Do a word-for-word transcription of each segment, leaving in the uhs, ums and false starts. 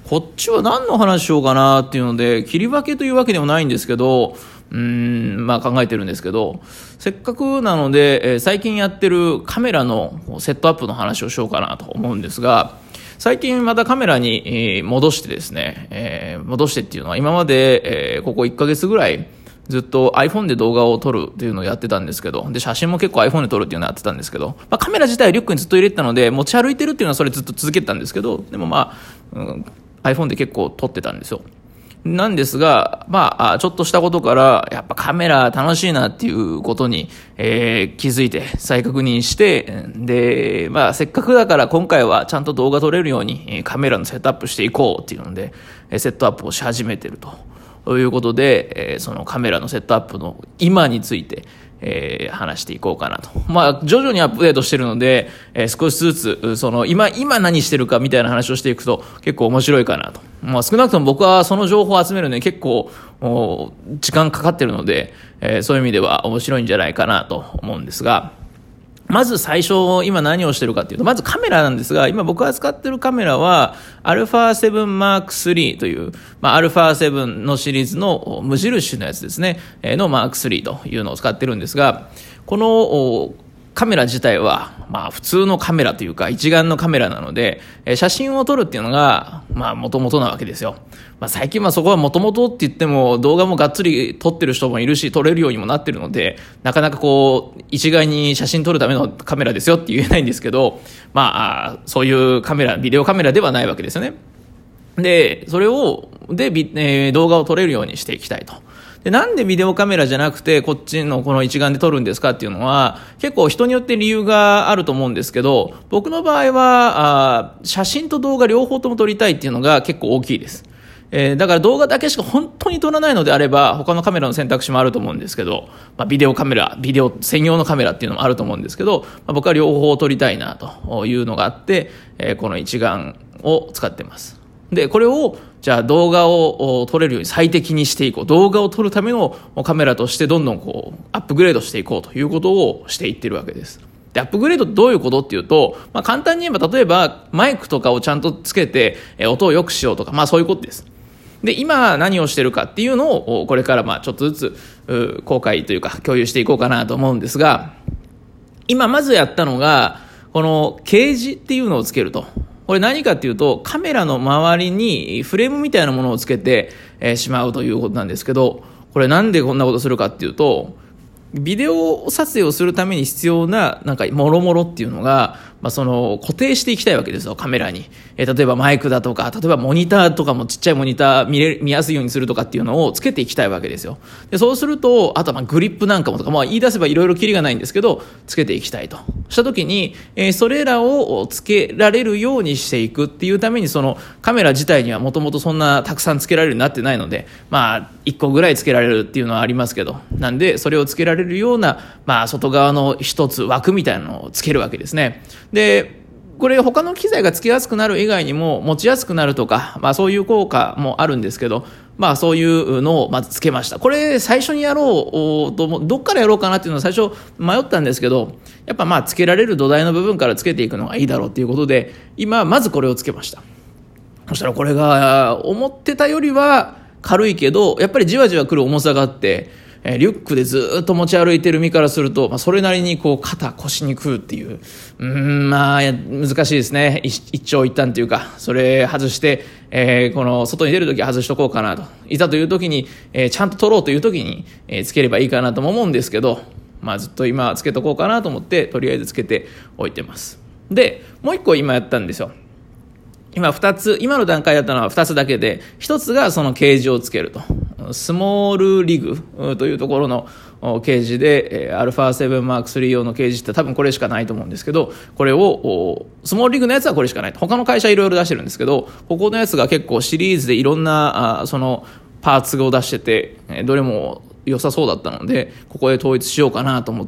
こっちは何の話しようかなっていうので、切り分けというわけでもないんですけど、うーん、まあ考えてるんですけど、せっかくなので、えー最近やってるカメラのセットアップの話をしようかなと思うんですが、最近またカメラにえー戻してですね、えー戻してっていうのは今まで、えーここいっかげつぐらいずっと iPhone で動画を撮るっていうのをやってたんですけど、で、写真も結構 iPhone で撮るっていうのをやってたんですけど、まあカメラ自体はリュックにずっと入れてたので、持ち歩いてるっていうのはそれずっと続けてたんですけど、でもまあ、うん、iPhone で結構撮ってたんですよ。なんですが、まあ、ちょっとしたことから、やっぱカメラ楽しいなっていうことに、えー、気づいて、再確認して、で、まあ、せっかくだから今回はちゃんと動画撮れるように、カメラのセットアップしていこうっていうので、セットアップをし始めてるということで、そのカメラのセットアップの今について、えー、話していこうかなと。まあ、徐々にアップデートしてるので、えー、少しずつ、その、今、今何してるかみたいな話をしていくと結構面白いかなと。まあ、少なくとも僕はその情報を集めるのに結構、時間かかってるので、えー、そういう意味では面白いんじゃないかなと思うんですが、まず最初、今何をしてるかっていうと、まずカメラなんですが、今僕が使ってるカメラは、アルファセブンマークスリー という、まあ、アルファセブンのシリーズの無印のやつですね、のマークスリーというのを使ってるんですが、このカメラ自体は、まあ普通のカメラというか一眼のカメラなので、写真を撮るっていうのが、まあ元々なわけですよ。まあ最近はそこは元々って言っても動画もがっつり撮ってる人もいるし、撮れるようにもなってるので、なかなかこう、一概に写真撮るためのカメラですよって言えないんですけど、まあ、そういうカメラ、ビデオカメラではないわけですよね。で、それを、で、えー、動画を撮れるようにしていきたいと。で、なんでビデオカメラじゃなくてこっちのこの一眼で撮るんですかっていうのは結構人によって理由があると思うんですけど、僕の場合はあ写真と動画両方とも撮りたいっていうのが結構大きいです。えー、だから動画だけしか本当に撮らないのであれば他のカメラの選択肢もあると思うんですけど、まあ、ビデオカメラ、ビデオ専用のカメラっていうのもあると思うんですけど、まあ、僕は両方撮りたいなというのがあって、えー、この一眼を使ってます。で、これを、じゃあ動画を撮れるように最適にしていこう。動画を撮るためのカメラとしてどんどんこう、アップグレードしていこうということをしていってるわけです。で、アップグレードってどういうことっていうと、まあ簡単に言えば、例えばマイクとかをちゃんとつけて、音を良くしようとか、まあそういうことです。で、今何をしてるかっていうのを、これからまあちょっとずつ、公開というか共有していこうかなと思うんですが、今まずやったのが、このケージっていうのをつけると。これ何かっていうと、カメラの周りにフレームみたいなものをつけて、えー、しまうということなんですけど、これなんでこんなことするかっていうと、ビデオ撮影をするために必要な、なんか、もろもろっていうのが、まあ、その、固定していきたいわけですよ、カメラに。えー、例えばマイクだとか、例えばモニターとかもちっちゃいモニター見れ、見やすいようにするとかっていうのをつけていきたいわけですよ。で、そうすると、あとはまあグリップなんかもとか、まあ言い出せばいろいろキリがないんですけど、つけていきたいと。したときに、えー、それらをつけられるようにしていくっていうために、そのカメラ自体にはもともとそんなたくさんつけられるようになってないので、まあ、いっこぐらいつけられるっていうのはありますけど、なんで、それをつけられるような、まあ、外側の一つ枠みたいなのをつけるわけですね。で、これ他の機材がつけやすくなる以外にも持ちやすくなるとか、まあそういう効果もあるんですけど、まあそういうのをまずつけました。これ最初にやろうと、どっからやろうかなっていうのは最初迷ったんですけど、やっぱまあつけられる土台の部分からつけていくのがいいだろうっていうことで、今まずこれをつけました。そしたらこれが思ってたよりは軽いけど、やっぱりじわじわ来る重さがあって、リュックでずっと持ち歩いてる身からすると、まあ、それなりにこう肩腰に食うっていう、うーん、まあ難しいですね。一長一短というか、それ外して、えー、この外に出るときは外しとこうかなと、いざというときに、えー、ちゃんと撮ろうというときに、えー、つければいいかなとも思うんですけど、まあずっと今つけとこうかなと思ってとりあえずつけておいてます。で、もう一個今やったんですよ。今二つ、今の段階だったのは二つだけで、一つがそのケージをつけると。スモールリグというところのケージで、アルファセブンマークスリー 用のケージって多分これしかないと思うんですけど、これを、スモールリグのやつはこれしかない。他の会社いろいろ出してるんですけど、ここのやつが結構シリーズでいろんな、そのパーツを出してて、どれも良さそうだったので、ここで統一しようかなと思って、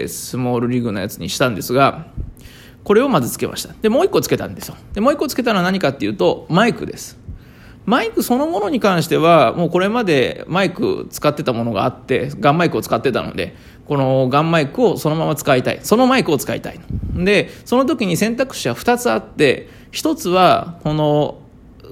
スモールリグのやつにしたんですが、これをまずつけました。で、もう一個つけたんですよ。で、もう一個つけたのは何かっていうと、マイクです。マイクそのものに関しては、もうこれまでマイク使ってたものがあって、ガンマイクを使ってたので、このガンマイクをそのまま使いたい。そのマイクを使いたい。で、その時に選択肢はふたつあって、ひとつは、この、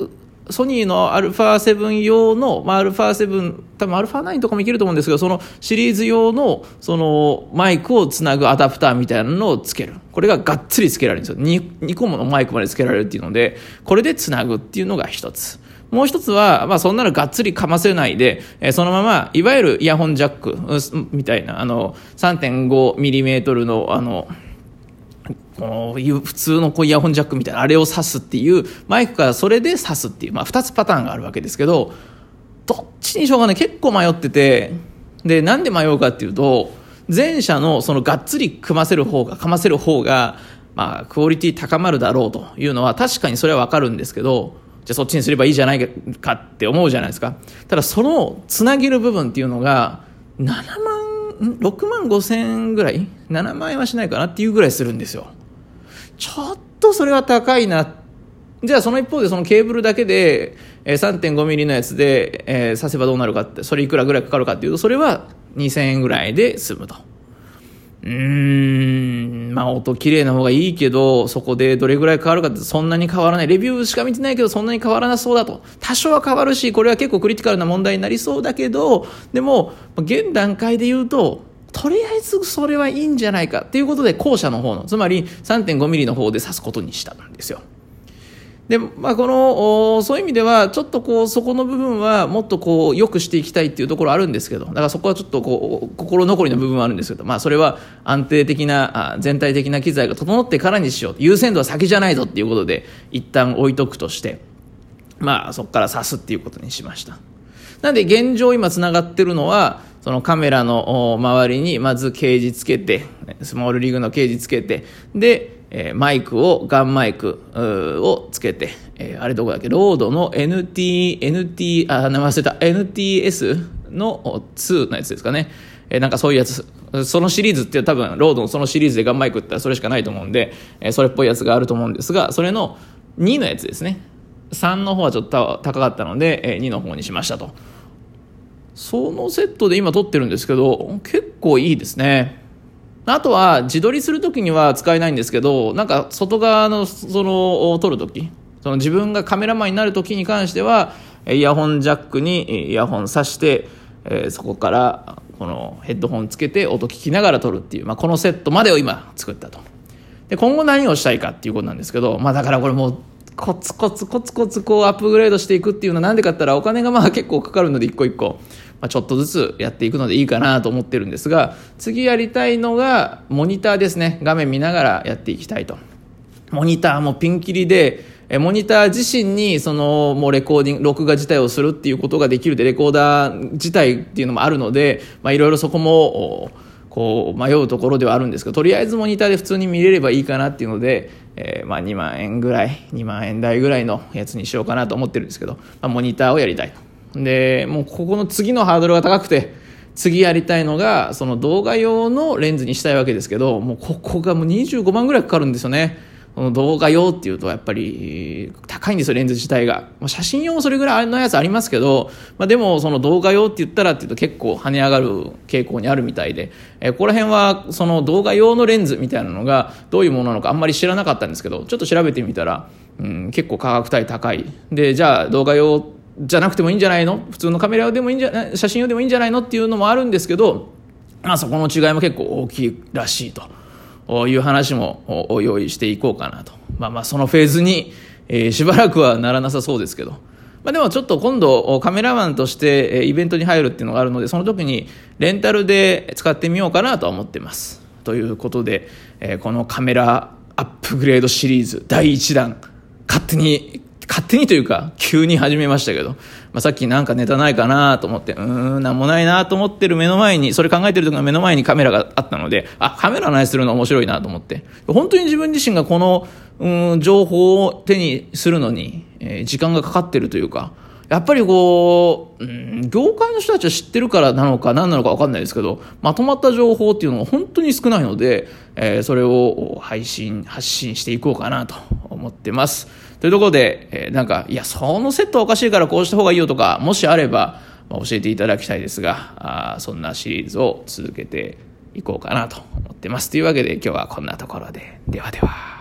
ソニーの アルファセブン 用の、まあ、アルファセブン、多分 アルファナイン とかもいけると思うんですけど、そのシリーズ用の、そのマイクをつなぐアダプターみたいなのをつける。これががっつりつけられるんですよ。に, にこものマイクまでつけられるっていうので、これでつなぐっていうのが一つ。もう一つは、まあそんなのがっつりかませないで、えー、そのまま、いわゆるイヤホンジャック、みたいな、あの、さんてんごミリメートル の、あの、こういう普通のこうイヤホンジャックみたいなあれを挿すっていうマイクからそれで挿すっていう、まあ、ふたつパターンがあるわけですけど、どっちにしようかね結構迷ってて、でなんで迷うかっていうと、前者のそのがっつり組ませる方がかませる方がまあクオリティ高まるだろうというのは確かにそれはわかるんですけど、じゃあそっちにすればいいじゃないかって思うじゃないですか。ただそのつなげる部分っていうのがななまんろくまんごせんえんぐらい、ななまんえんはしないかなっていうぐらいするんですよ。ちょっとそれは高いな。じゃあその一方でそのケーブルだけで さんてんごミリ のやつで、えー、挿せばどうなるかって、それいくらぐらいかかるかっていうと、それはにせんえんぐらいで済むと。うーんまあ音綺麗な方がいいけど、そこでどれぐらい変わるかってそんなに変わらない。レビューしか見てないけどそんなに変わらなそうだと。多少は変わるし、これは結構クリティカルな問題になりそうだけど、でも現段階で言うととりあえずそれはいいんじゃないかっていうことで、後者の方の、つまり さんてんごミリ の方で挿すことにしたんですよ。で、まあ、このそういう意味ではちょっとこうそこの部分はもっとこう良くしていきたいっていうところあるんですけど、だからそこはちょっとこう心残りの部分はあるんですけど、まあそれは安定的な全体的な機材が整ってからにしよう、優先度は先じゃないぞっていうことで一旦置いとくとして、まあそこから挿すっていうことにしました。なんで現状今つながってるのは、そのカメラの周りにまずケージつけて、スモールリグのケージつけて、で、えー、マイクをガンマイクをつけて、えー、あれどこだっけ、ロードの エヌティー、エヌティー、あ、名前忘れた、エヌティーエス のにのやつですかね。えー、なんかそういうやつ、そのシリーズって多分ロードのそのシリーズでガンマイクってそれしかないと思うんで、えー、それっぽいやつがあると思うんですが、それのにのやつですね。さんの方はちょっと高かったので、えー、にの方にしましたと。そのセットで今撮ってるんですけど、結構いいですね。あとは自撮りするときには使えないんですけど、なんか外側のその撮るとき、その自分がカメラマンになるときに関しては、イヤホンジャックにイヤホン挿して、えー、そこからこのヘッドホンつけて音聞きながら撮るっていう、まあ、このセットまでを今作ったと。で、今後何をしたいかっていうことなんですけど、まあだからこれもうコツコツコツコツこうアップグレードしていくっていうのはなんでかって言ったら、お金がまあ結構かかるので一個一個、まあ、ちょっとずつやっていくのでいいかなと思ってるんですが、次やりたいのがモニターですね。画面見ながらやっていきたいと。モニターもピンキリで、えモニター自身にそのもうレコーディング録画自体をするっていうことができるで、レコーダー自体っていうのもあるので、まあいろいろそこもこう迷うところではあるんですけど、とりあえずモニターで普通に見れればいいかなっていうので、えー、まあにまんえんぐらいにまんえん台ぐらいのやつにしようかなと思ってるんですけど、まあ、モニターをやりたいと。でもうここの次のハードルが高くて、次やりたいのがその動画用のレンズにしたいわけですけど、もうここがもうにじゅうごまんぐらいかかるんですよね。この動画用っていうとやっぱり高いんですよ、レンズ自体が。写真用もそれぐらいのやつありますけど、まあ、でもその動画用って言ったらっていうと結構跳ね上がる傾向にあるみたいで、えー、ここら辺はその動画用のレンズみたいなのがどういうものなのかあんまり知らなかったんですけど、ちょっと調べてみたら、うん、結構価格帯高いで、じゃあ動画用じゃなくてもいいんじゃないの、普通のカメラ用でもいいんじゃ、写真用でもいいんじゃないのっていうのもあるんですけど、まあ、そこの違いも結構大きいらしいという話もお用意していこうかなと。まあまあそのフェーズに、えー、しばらくはならなさそうですけど、まあでもちょっと今度カメラマンとしてイベントに入るっていうのがあるので、その時にレンタルで使ってみようかなとは思ってます。ということで、えー、このカメラアップグレードシリーズだいいちだん、勝手に勝手にというか急に始めましたけど、まあ、さっきなんかネタないかなと思って、うーんなんもないなと思ってる目の前に、それ考えてる時の目の前にカメラがあったので、あ、カメラの話するの面白いなと思って、本当に自分自身がこのうん情報を手にするのに、えー、時間がかかってるというか、やっぱりこう、うん、業界の人たちは知ってるからなのか何なのか分かんないですけど、まとまった情報っていうのが本当に少ないので、えー、それを配信発信していこうかなと思ってます。というところで、えー、なんかいやそのセットはおかしいからこうした方がいいよとかもしあれば、まあ、教えていただきたいですが、あそんなシリーズを続けていこうかなと思ってます。というわけで今日はこんなところで、ではでは。